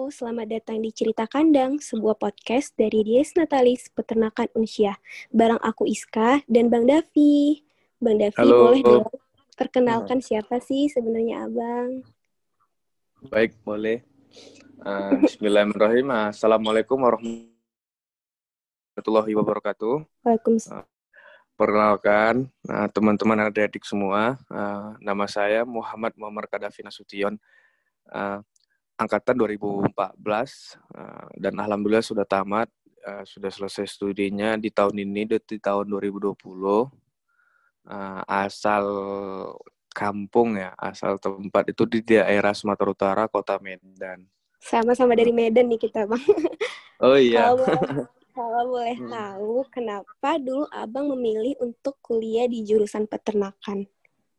selamat datang di Cerita Kandang, sebuah podcast dari Dies Natalis Peternakan Unsyah. Bareng aku Iska dan Bang Davi. Bang Davi, Halo. boleh dong perkenalkan siapa sih sebenarnya Abang? Baik, boleh. Bismillahirrahmanirrahim. Assalamualaikum warahmatullahi wabarakatuh. Waalaikumsalam. Perkenalkan, teman-teman adik-adik semua. Nama saya Muhammad Muammar Qaddafi Nasution. Angkatan 2014. Dan alhamdulillah sudah tamat. Sudah selesai studinya di tahun ini, di tahun 2020. Asal kampung ya, asal tempat itu di daerah Sumatera Utara, Kota Medan. Sama-sama dari Medan nih kita, Bang. Oh iya. Kalau boleh tahu, kenapa dulu Abang memilih untuk kuliah di jurusan peternakan?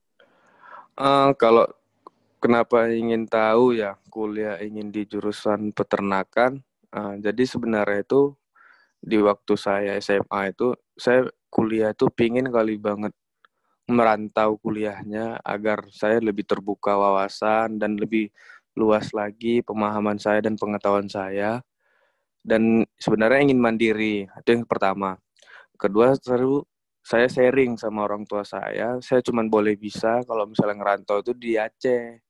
Kalau kenapa ingin tahu ya kuliah ingin di jurusan peternakan, jadi sebenarnya itu di waktu saya SMA itu saya kuliah itu pingin kali banget merantau kuliahnya agar saya lebih terbuka wawasan dan lebih luas lagi pemahaman saya dan pengetahuan saya, dan sebenarnya ingin mandiri, itu yang pertama. Kedua, saya sharing sama orang tua saya cuma boleh bisa kalau misalnya ngerantau itu di Aceh.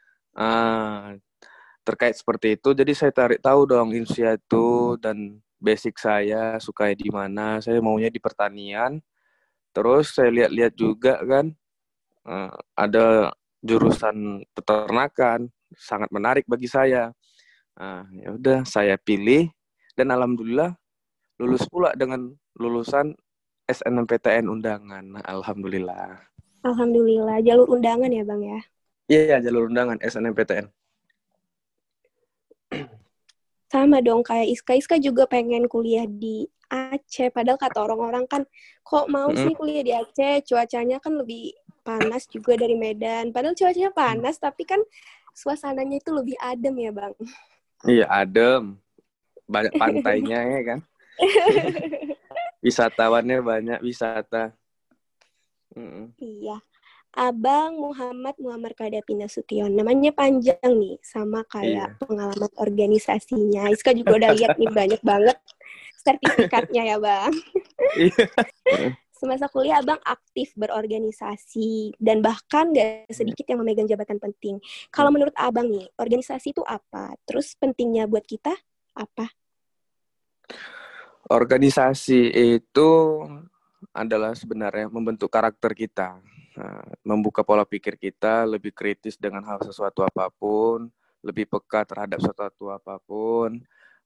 Terkait seperti itu, jadi saya tarik tahu dong Indonesia itu dan basic saya suka di mana. Saya maunya di pertanian. Terus saya lihat-lihat juga kan, ada jurusan peternakan sangat menarik bagi saya. Ya udah saya pilih dan alhamdulillah lulus pula dengan lulusan SNMPTN undangan. Alhamdulillah. Alhamdulillah, jalur undangan ya, Bang ya? Iya, jalur undangan SNMPTN. Sama dong kayak Iska juga pengen kuliah di Aceh. Padahal kata orang-orang kan, kok mau sih kuliah di Aceh? Cuacanya kan lebih panas juga dari Medan. Padahal cuacanya panas, tapi kan suasananya itu lebih adem ya, Bang. Iya, adem. Banyak pantainya ya kan. Wisatawannya banyak wisata. Iya. Abang Muhammad Muammar Qaddafi Nasution. Namanya panjang nih, sama kayak pengalaman organisasinya. Iska juga udah lihat nih banyak banget sertifikatnya ya, Bang. Semasa kuliah Abang aktif berorganisasi dan bahkan gak sedikit yang memegang jabatan penting. Kalau menurut Abang nih, organisasi itu apa? Terus pentingnya buat kita apa? Organisasi itu adalah sebenarnya membentuk karakter kita, membuka pola pikir kita, lebih kritis dengan hal sesuatu apapun, lebih peka terhadap sesuatu apapun.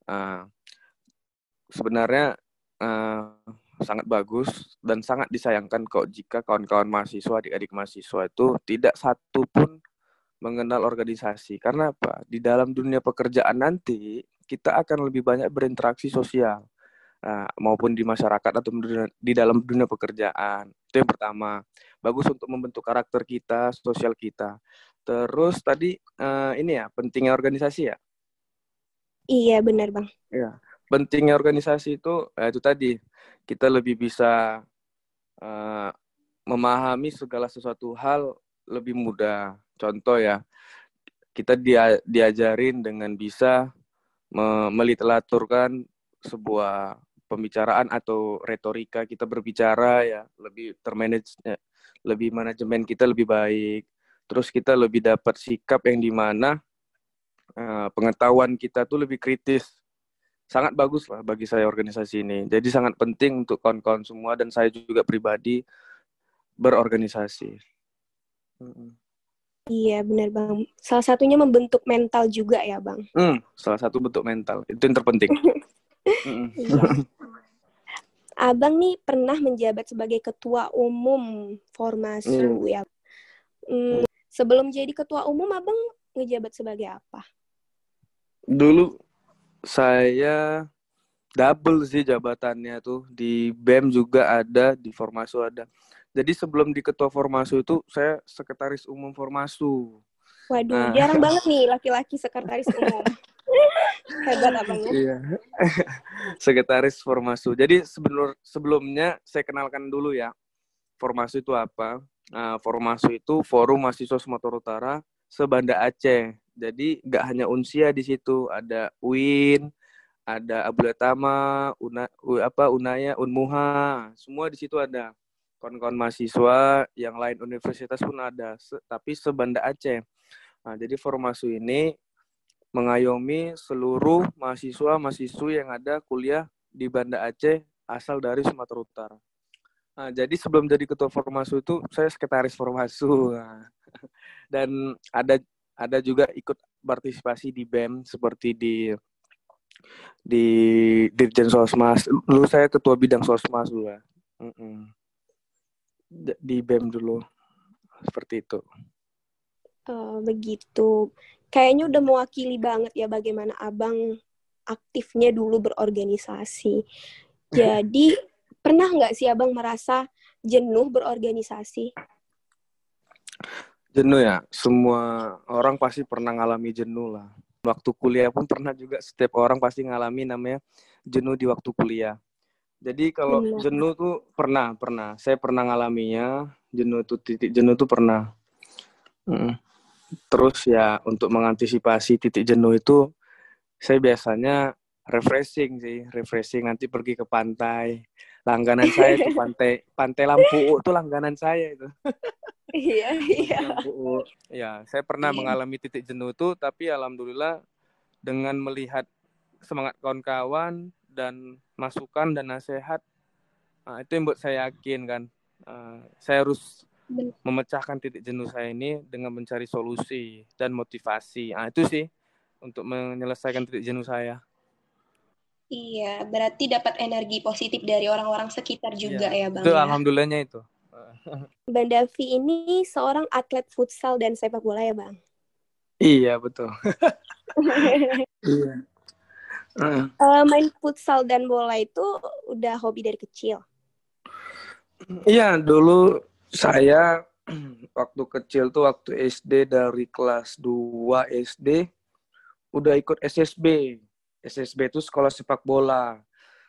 Sebenarnya sangat bagus dan sangat disayangkan kok jika kawan-kawan mahasiswa, adik-adik mahasiswa itu tidak satu pun mengenal organisasi. Karena apa? Di dalam dunia pekerjaan nanti kita akan lebih banyak berinteraksi sosial, maupun di masyarakat atau di dalam dunia pekerjaan. Itu yang pertama. Bagus untuk membentuk karakter kita, sosial kita. Terus tadi ini ya, pentingnya organisasi ya? Iya, benar Bang. Ya, pentingnya organisasi itu tadi kita lebih bisa memahami segala sesuatu hal lebih mudah. Contoh ya, kita diajarin dengan bisa meliteraturkan sebuah pembicaraan atau retorika kita berbicara ya lebih termanage, lebih manajemen kita lebih baik. Terus kita lebih dapat sikap yang dimana pengetahuan kita tuh lebih kritis. Sangat bagus lah bagi saya organisasi ini. Jadi sangat penting untuk kawan-kawan semua dan saya juga pribadi berorganisasi. Iya benar Bang. Salah satunya membentuk mental juga ya Bang. Salah satu bentuk mental. Itu yang terpenting. Iya. Abang nih pernah menjabat sebagai ketua umum Formasu ya. Sebelum jadi ketua umum Abang ngejabat sebagai apa? Dulu saya double sih jabatannya tuh. Di BEM juga ada, di Formasu ada. Jadi sebelum di ketua Formasu itu saya sekretaris umum Formasu. Waduh, jarang banget nih laki-laki sekretaris umum. Hebat abangnya. Iya. Sekretaris Formasu. Jadi sebelumnya saya kenalkan dulu ya. Formasu itu apa? Formasu itu Forum Mahasiswa Sumatera Utara se-Banda Aceh. Jadi nggak hanya Unsia di situ, ada UIN, ada Abdul Tama, Unaya, Unmuha, semua di situ ada. Kawan-kawan mahasiswa yang lain universitas pun ada, tapi sebanda Aceh. Nah, jadi Formasi ini mengayomi seluruh mahasiswa-mahasiswi yang ada kuliah di Banda Aceh asal dari Sumatera Utara. Nah, jadi sebelum jadi ketua Formasu itu saya sekretaris Formasu. Nah, dan ada juga ikut partisipasi di BEM seperti di Dirjen Sosmas. Dulu saya ketua bidang Sosmas dulu. Di BEM dulu seperti itu. Begitu. Kayaknya udah mewakili banget ya bagaimana abang aktifnya dulu berorganisasi. Jadi pernah nggak sih abang merasa jenuh berorganisasi? Jenuh ya, semua orang pasti pernah ngalami jenuh lah. Waktu kuliah pun pernah juga, setiap orang pasti ngalami namanya jenuh di waktu kuliah. Jadi kalau jenuh tuh pernah. Saya pernah ngalaminya, titik jenuh tuh pernah. Terus ya untuk mengantisipasi titik jenuh itu, saya biasanya refreshing nanti pergi ke pantai. Langganan saya itu pantai Lampu itu langganan saya itu. Iya. Lampu. Ya, saya pernah mengalami titik jenuh itu, tapi alhamdulillah dengan melihat semangat kawan-kawan dan masukan dan nasihat, itu yang buat saya yakin kan, saya harus memecahkan titik jenuh saya ini dengan mencari solusi dan motivasi. Itu sih untuk menyelesaikan titik jenuh saya. Iya, berarti dapat energi positif dari orang-orang sekitar juga ya Bang. Itu ya? Alhamdulillahnya itu. Bang Davi ini seorang atlet futsal dan sepak bola ya Bang? Iya, betul. Iya. Main futsal dan bola itu udah hobi dari kecil? Iya, dulu saya waktu kecil tuh waktu SD dari kelas 2 SD udah ikut SSB. SSB itu sekolah sepak bola.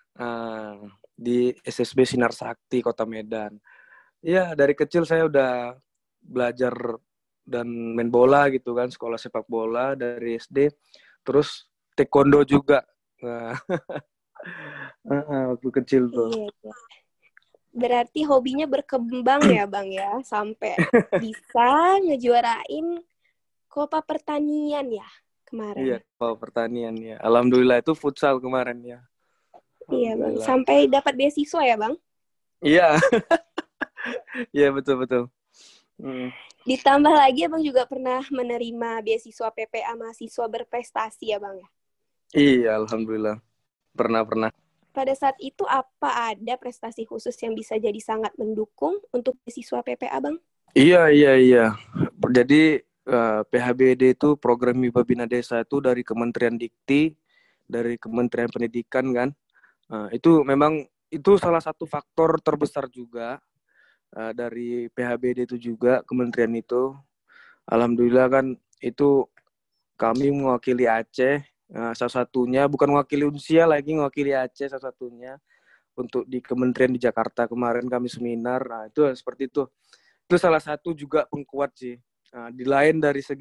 Di SSB Sinar Sakti Kota Medan. Iya, dari kecil saya udah belajar dan main bola gitu kan, sekolah sepak bola dari SD. Terus taekwondo juga. Waktu kecil tuh. Iya. Berarti hobinya berkembang ya Bang ya, sampai bisa ngejuarain Copa Pertanian ya kemarin. Iya, Copa Pertanian ya. Alhamdulillah itu futsal kemarin ya. Iya Bang, sampai dapat beasiswa ya Bang? Iya. Iya, betul. Ditambah lagi Abang juga pernah menerima beasiswa PPA mahasiswa berprestasi ya Bang ya? Iya, alhamdulillah. Pernah. Pada saat itu apa ada prestasi khusus yang bisa jadi sangat mendukung untuk beasiswa PPA Bang? Iya. Jadi PHBD itu program MIPA Bina Desa itu dari Kementerian Dikti, dari Kementerian Pendidikan kan. Itu memang itu salah satu faktor terbesar juga dari PHBD itu juga kementerian itu. Alhamdulillah kan itu kami mewakili Aceh, salah satunya bukan mewakili Unsia lagi, mewakili Aceh salah satunya untuk di kementerian di Jakarta kemarin kami seminar. Itu seperti itu. Itu salah satu juga pengkuat sih. Di lain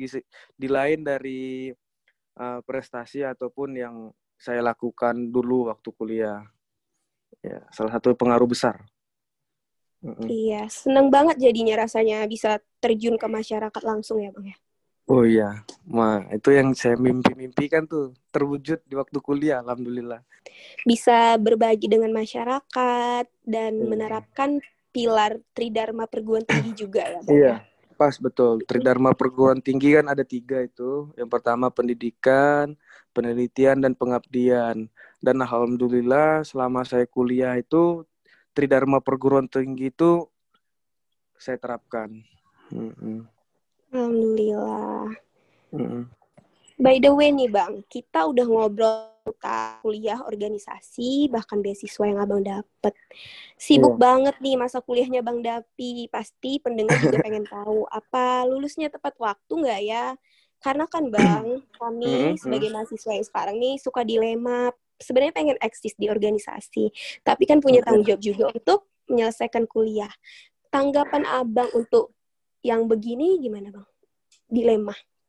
dari prestasi ataupun yang saya lakukan dulu waktu kuliah. Ya, salah satu pengaruh besar. Iya, seneng banget jadinya rasanya bisa terjun ke masyarakat langsung ya Bang ya. Oh iya, itu yang saya mimpi-mimpikan tuh terwujud di waktu kuliah, alhamdulillah. Bisa berbagi dengan masyarakat dan menerapkan pilar Tridharma Perguruan Tinggi juga ya Bang ya. Pas betul. Tridharma Perguruan Tinggi kan ada 3 itu. Yang pertama pendidikan, penelitian, dan pengabdian. Dan alhamdulillah selama saya kuliah itu Tridharma Perguruan Tinggi itu saya terapkan. Alhamdulillah. By the way nih Bang, kita udah ngobrol tentang kuliah, organisasi, bahkan beasiswa yang Abang dapet. Sibuk banget nih masa kuliahnya Bang Davi. Pasti pendengar juga pengen tahu, apa lulusnya tepat waktu nggak ya? Karena kan Bang, kami sebagai mahasiswa yang sekarang nih suka dilema. Sebenarnya pengen eksis di organisasi, tapi kan punya tanggung jawab juga untuk menyelesaikan kuliah. Tanggapan Abang untuk yang begini gimana Bang? Dilema.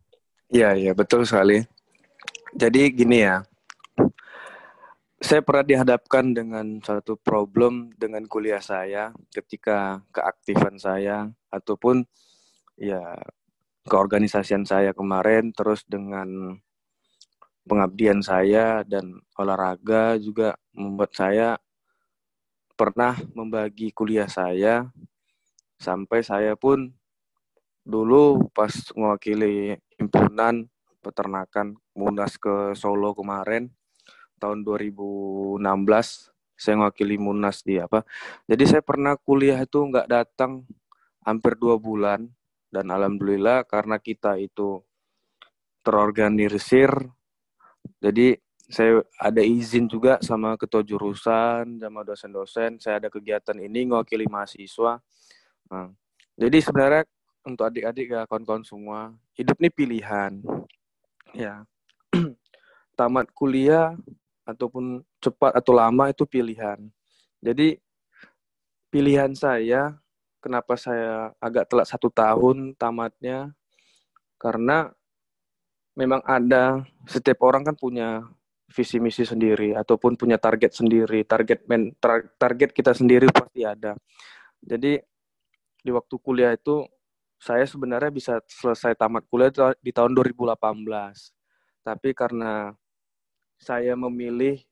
Iya, betul sekali. Jadi gini ya, saya pernah dihadapkan dengan satu problem dengan kuliah saya ketika keaktifan saya ataupun ya keorganisasian saya kemarin, terus dengan pengabdian saya dan olahraga juga membuat saya pernah membagi kuliah saya sampai saya pun dulu pas mewakili himpunan peternakan Munas ke Solo kemarin tahun 2016 saya mewakili Munas di apa. Jadi saya pernah kuliah itu nggak datang hampir 2 bulan dan alhamdulillah karena kita itu terorganisir. Jadi saya ada izin juga sama ketua jurusan, sama dosen-dosen. Saya ada kegiatan ini mewakili mahasiswa. Nah, jadi sebenarnya untuk adik-adik ya kawan-kawan semua, hidup ini pilihan. Ya, tamat kuliah ataupun cepat atau lama itu pilihan. Jadi pilihan saya, kenapa saya agak telat 1 tahun tamatnya, karena memang ada, setiap orang kan punya visi misi sendiri ataupun punya target sendiri, target kita sendiri pasti ada. Jadi di waktu kuliah itu saya sebenarnya bisa selesai tamat kuliah di tahun 2018. Tapi karena saya memilih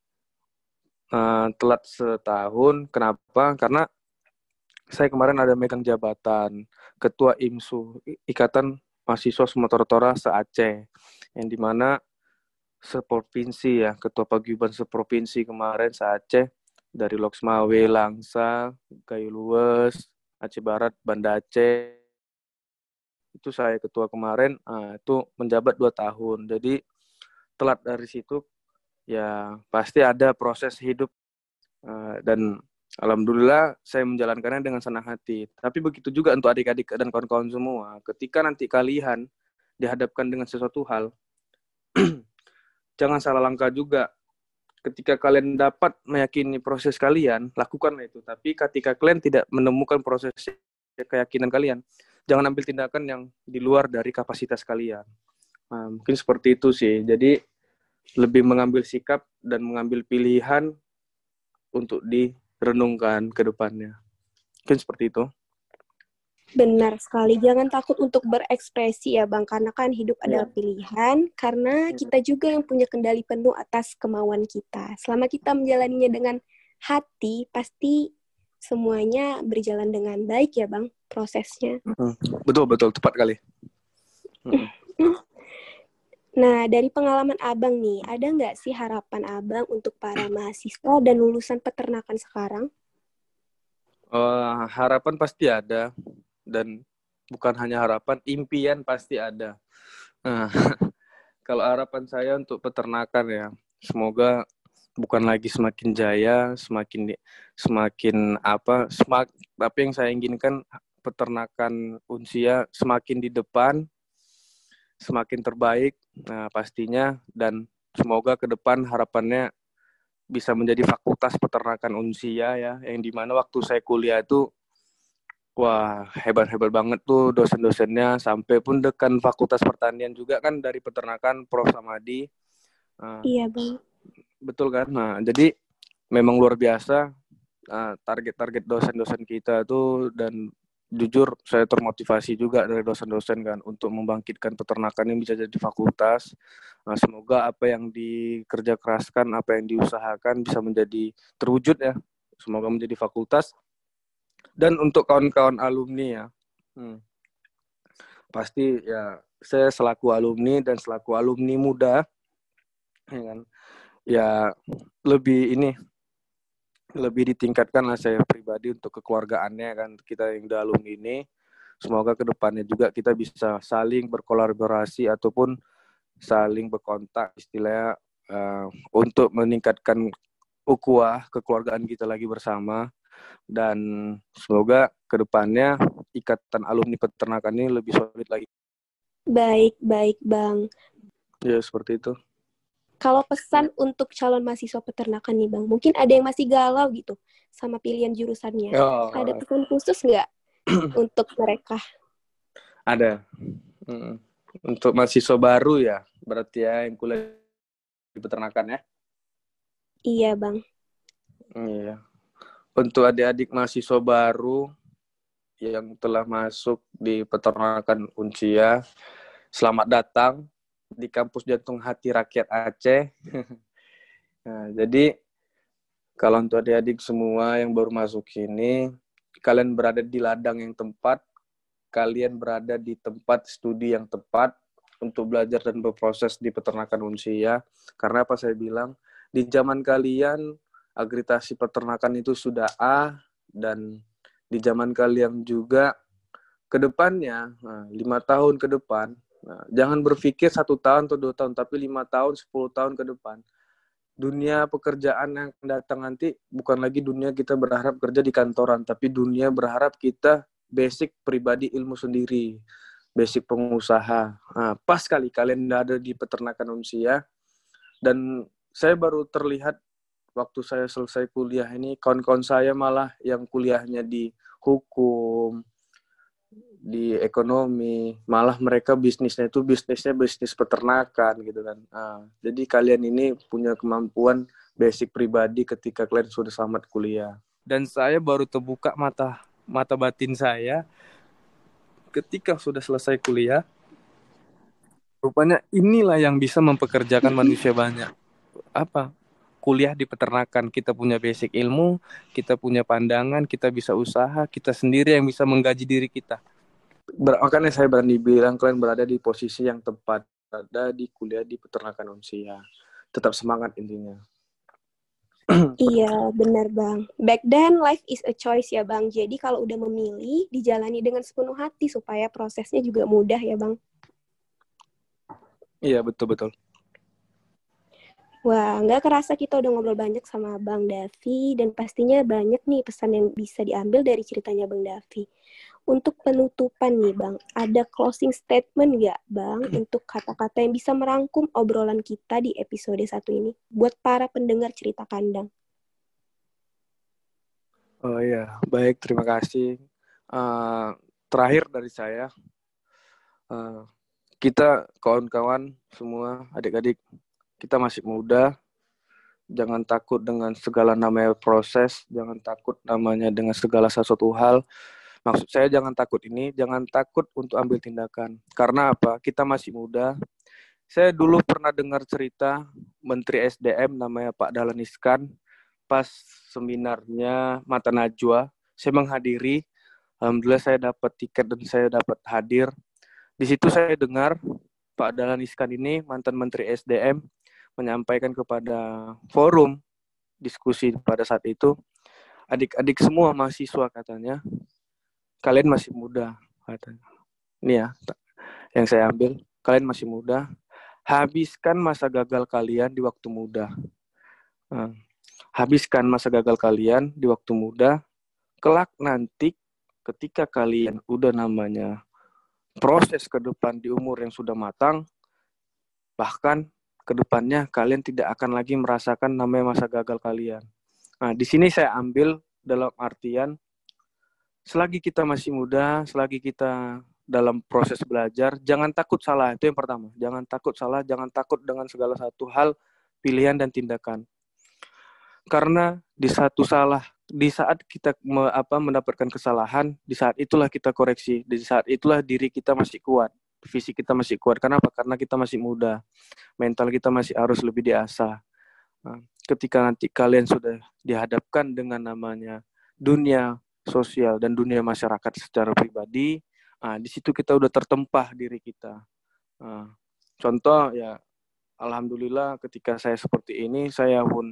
telat setahun, kenapa? Karena saya kemarin ada megang jabatan Ketua IMSU, Ikatan Mahasiswa Sumatera Utara se-Aceh, yang dimana seprovinsi ya, Ketua Paguyuban seprovinsi kemarin se-Aceh, dari Loksmawe, Langsa, Gayo Lues, Aceh Barat, Banda Aceh, itu saya ketua kemarin, itu menjabat 2 tahun. Jadi telat dari situ, ya pasti ada proses hidup, dan alhamdulillah saya menjalankannya dengan senang hati. Tapi begitu juga untuk adik-adik dan kawan-kawan semua, ketika nanti kalian dihadapkan dengan sesuatu hal, jangan salah langkah juga. Ketika kalian dapat meyakini proses kalian, lakukanlah itu. Tapi ketika kalian tidak menemukan proses keyakinan kalian, jangan ambil tindakan yang di luar dari kapasitas kalian. Nah, mungkin seperti itu sih. Jadi lebih mengambil sikap dan mengambil pilihan untuk direnungkan ke depannya. Mungkin seperti itu. Benar sekali, jangan takut untuk berekspresi ya Bang, karena kan hidup adalah pilihan, karena kita juga yang punya kendali penuh atas kemauan kita. Selama kita menjalaninya dengan hati, pasti semuanya berjalan dengan baik ya Bang, prosesnya. Betul, tepat kali. Nah, dari pengalaman Abang nih, ada nggak sih harapan Abang untuk para mahasiswa dan lulusan peternakan sekarang? Harapan pasti ada. Dan bukan hanya harapan, impian pasti ada. Nah, kalau harapan saya untuk peternakan ya, semoga bukan lagi semakin jaya, tapi yang saya inginkan peternakan unsia semakin di depan, semakin terbaik. Nah, pastinya, dan semoga ke depan harapannya bisa menjadi fakultas peternakan unsia ya, yang dimana waktu saya kuliah itu wah, hebat-hebat banget tuh dosen-dosennya, sampai pun dekan Fakultas Pertanian juga kan dari peternakan Prof. Samadi. Iya, Bang. Betul kan? Nah, jadi memang luar biasa target-target dosen-dosen kita tuh, dan jujur saya termotivasi juga dari dosen-dosen kan untuk membangkitkan peternakan yang bisa jadi fakultas. Nah, semoga apa yang dikerja keraskan, apa yang diusahakan bisa menjadi terwujud ya. Semoga menjadi fakultas. Dan untuk kawan-kawan alumni ya, pasti ya saya selaku alumni dan selaku alumni muda, ya kan, ya lebih ditingkatkan lah saya pribadi untuk kekeluargaannya kan, kita yang udah alumni ini. Semoga kedepannya juga kita bisa saling berkolaborasi ataupun saling berkontak istilahnya, untuk meningkatkan ukhuwah kekeluargaan kita lagi bersama. Dan semoga kedepannya ikatan alumni peternakan ini lebih solid lagi. Baik Bang. Ya, seperti itu. Kalau pesan untuk calon mahasiswa peternakan nih Bang, mungkin ada yang masih galau gitu sama pilihan jurusannya. Ada pesan khusus nggak untuk mereka? Ada. Untuk mahasiswa baru ya, berarti ya yang kuliah di peternakan ya? Iya, Bang. Iya. Untuk adik-adik mahasiswa baru yang telah masuk di peternakan Uncia, selamat datang di kampus jantung hati rakyat Aceh. Nah, jadi kalau untuk adik-adik semua yang baru masuk ini, kalian berada di ladang yang tepat, kalian berada di tempat studi yang tepat untuk belajar dan berproses di peternakan Unsia. Karena apa saya bilang, di zaman kalian agritasi peternakan itu sudah A, dan di zaman kalian juga ke depannya, 5 tahun ke depan, jangan berpikir 1 tahun atau 2 tahun, tapi 5 tahun, 10 tahun ke depan. Dunia pekerjaan yang akan datang nanti bukan lagi dunia kita berharap kerja di kantoran, tapi dunia berharap kita basic pribadi ilmu sendiri, basic pengusaha. Nah, pas kali kalian ada di peternakan Unsia, dan saya baru terlihat waktu saya selesai kuliah ini, kawan-kawan saya malah yang kuliahnya di hukum, di ekonomi, malah mereka bisnisnya bisnis peternakan gitu kan. Jadi kalian ini punya kemampuan basic pribadi ketika kalian sudah selamat kuliah. Dan saya baru terbuka mata batin saya ketika sudah selesai kuliah. Rupanya inilah yang bisa mempekerjakan manusia banyak. Apa? Kuliah di peternakan, kita punya basic ilmu, kita punya pandangan, kita bisa usaha, kita sendiri yang bisa menggaji diri kita. Makanya saya berani bilang kalian berada di posisi yang tepat, ada di kuliah di peternakan Unsia. Tetap semangat intinya. Iya, benar Bang. Back then, life is a choice ya Bang. Jadi kalau udah memilih, dijalani dengan sepenuh hati supaya prosesnya juga mudah ya Bang. Iya, betul-betul. Wah, nggak kerasa kita udah ngobrol banyak sama Bang Davi, dan pastinya banyak nih pesan yang bisa diambil dari ceritanya Bang Davi. Untuk penutupan nih Bang, ada closing statement nggak Bang untuk kata-kata yang bisa merangkum obrolan kita di episode 1 ini buat para pendengar cerita kandang? Oh iya, baik, terima kasih. Terakhir dari saya, kita kawan-kawan semua, adik-adik, kita masih muda, jangan takut dengan segala namanya proses, jangan takut namanya dengan segala sesuatu hal. Maksud saya jangan takut ini, jangan takut untuk ambil tindakan. Karena apa? Kita masih muda. Saya dulu pernah dengar cerita Menteri SDM namanya Pak Dahlan Iskan, pas seminarnya Mata Najwa, saya menghadiri. Alhamdulillah saya dapat tiket dan saya dapat hadir. Di situ saya dengar Pak Dahlan Iskan ini, mantan Menteri SDM, menyampaikan kepada forum diskusi pada saat itu, adik-adik semua mahasiswa katanya, kalian masih muda, katanya. Ini ya, yang saya ambil, kalian masih muda, habiskan masa gagal kalian di waktu muda. Habiskan masa gagal kalian di waktu muda, kelak nanti ketika kalian udah namanya proses ke depan di umur yang sudah matang, bahkan ke depannya kalian tidak akan lagi merasakan namanya masa gagal kalian. Nah, di sini saya ambil dalam artian, selagi kita masih muda, selagi kita dalam proses belajar, jangan takut salah, itu yang pertama. Jangan takut salah, jangan takut dengan segala satu hal, pilihan dan tindakan. Karena di saat kita mendapatkan kesalahan, di saat itulah kita koreksi, di saat itulah diri kita masih kuat, fisik kita masih kuat. Kenapa? Karena kita masih muda, mental kita masih harus lebih diasah. Nah, ketika nanti kalian sudah dihadapkan dengan namanya dunia sosial dan dunia masyarakat secara pribadi, di situ kita udah tertempah diri kita. Contoh ya, alhamdulillah ketika saya seperti ini, saya pun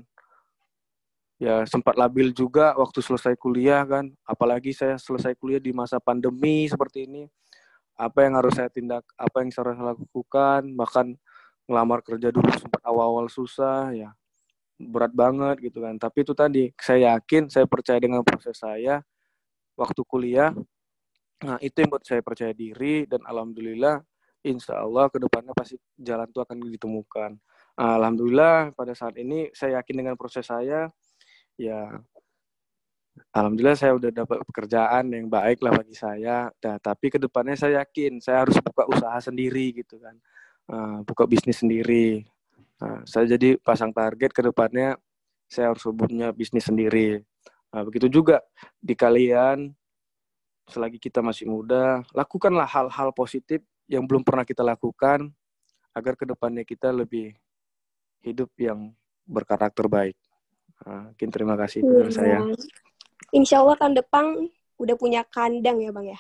ya sempat labil juga waktu selesai kuliah kan, apalagi saya selesai kuliah di masa pandemi seperti ini. Apa yang harus saya tindak, apa yang harus saya lakukan, bahkan ngelamar kerja dulu sempat awal-awal susah ya, berat banget gitu kan. Tapi itu tadi, saya yakin, saya percaya dengan proses saya waktu kuliah. Nah, itu yang buat saya percaya diri, dan alhamdulillah insya Allah kedepannya pasti jalan itu akan ditemukan. Alhamdulillah pada saat ini saya yakin dengan proses saya, ya Alhamdulillah saya udah dapat pekerjaan yang baik lah bagi saya. Nah, tapi kedepannya saya yakin saya harus buka usaha sendiri gitu kan, buka bisnis sendiri. Saya jadi pasang target kedepannya saya harus punya bisnis sendiri. Begitu juga di kalian, selagi kita masih muda, lakukanlah hal-hal positif yang belum pernah kita lakukan agar kedepannya kita lebih hidup yang berkarakter baik. Mungkin terima kasih itu dari saya. Insya Allah tahun depan udah punya kandang ya Bang ya.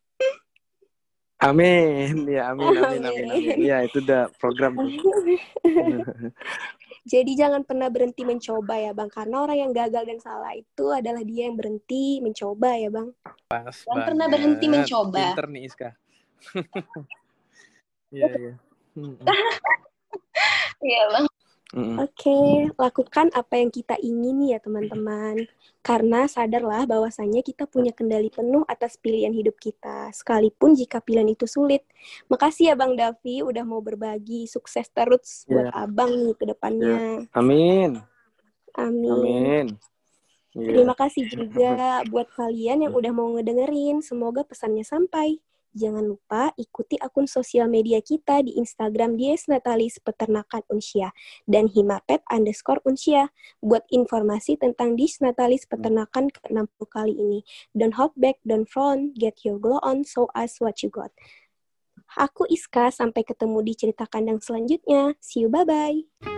Amin. Ya, amin. Ya, itu udah program tuh. Jadi jangan pernah berhenti mencoba ya Bang, karena orang yang gagal dan salah itu adalah dia yang berhenti mencoba ya Bang. Pas Jangan banget. pernah berhenti mencoba. Pinter nih Iska. Iya, iya. Iya Bang. Oke, lakukan apa yang kita ingini ya teman-teman. Karena sadarlah bahwasannya kita punya kendali penuh atas pilihan hidup kita, sekalipun jika pilihan itu sulit. Makasih ya Bang Davi udah mau berbagi. Sukses terus buat Abang nih ke depannya. Amin. Amin. Terima kasih juga buat kalian yang udah mau ngedengerin. Semoga pesannya sampai. Jangan lupa ikuti akun sosial media kita di Instagram Dies Natalis Peternakan Unsia dan himapet_unsia buat informasi tentang Dies Natalis Peternakan ke-60 kali ini. Don't hold back, don't frown, get your glow on, show us what you got. Aku Iska, sampai ketemu di cerita kandang selanjutnya. See you, bye-bye.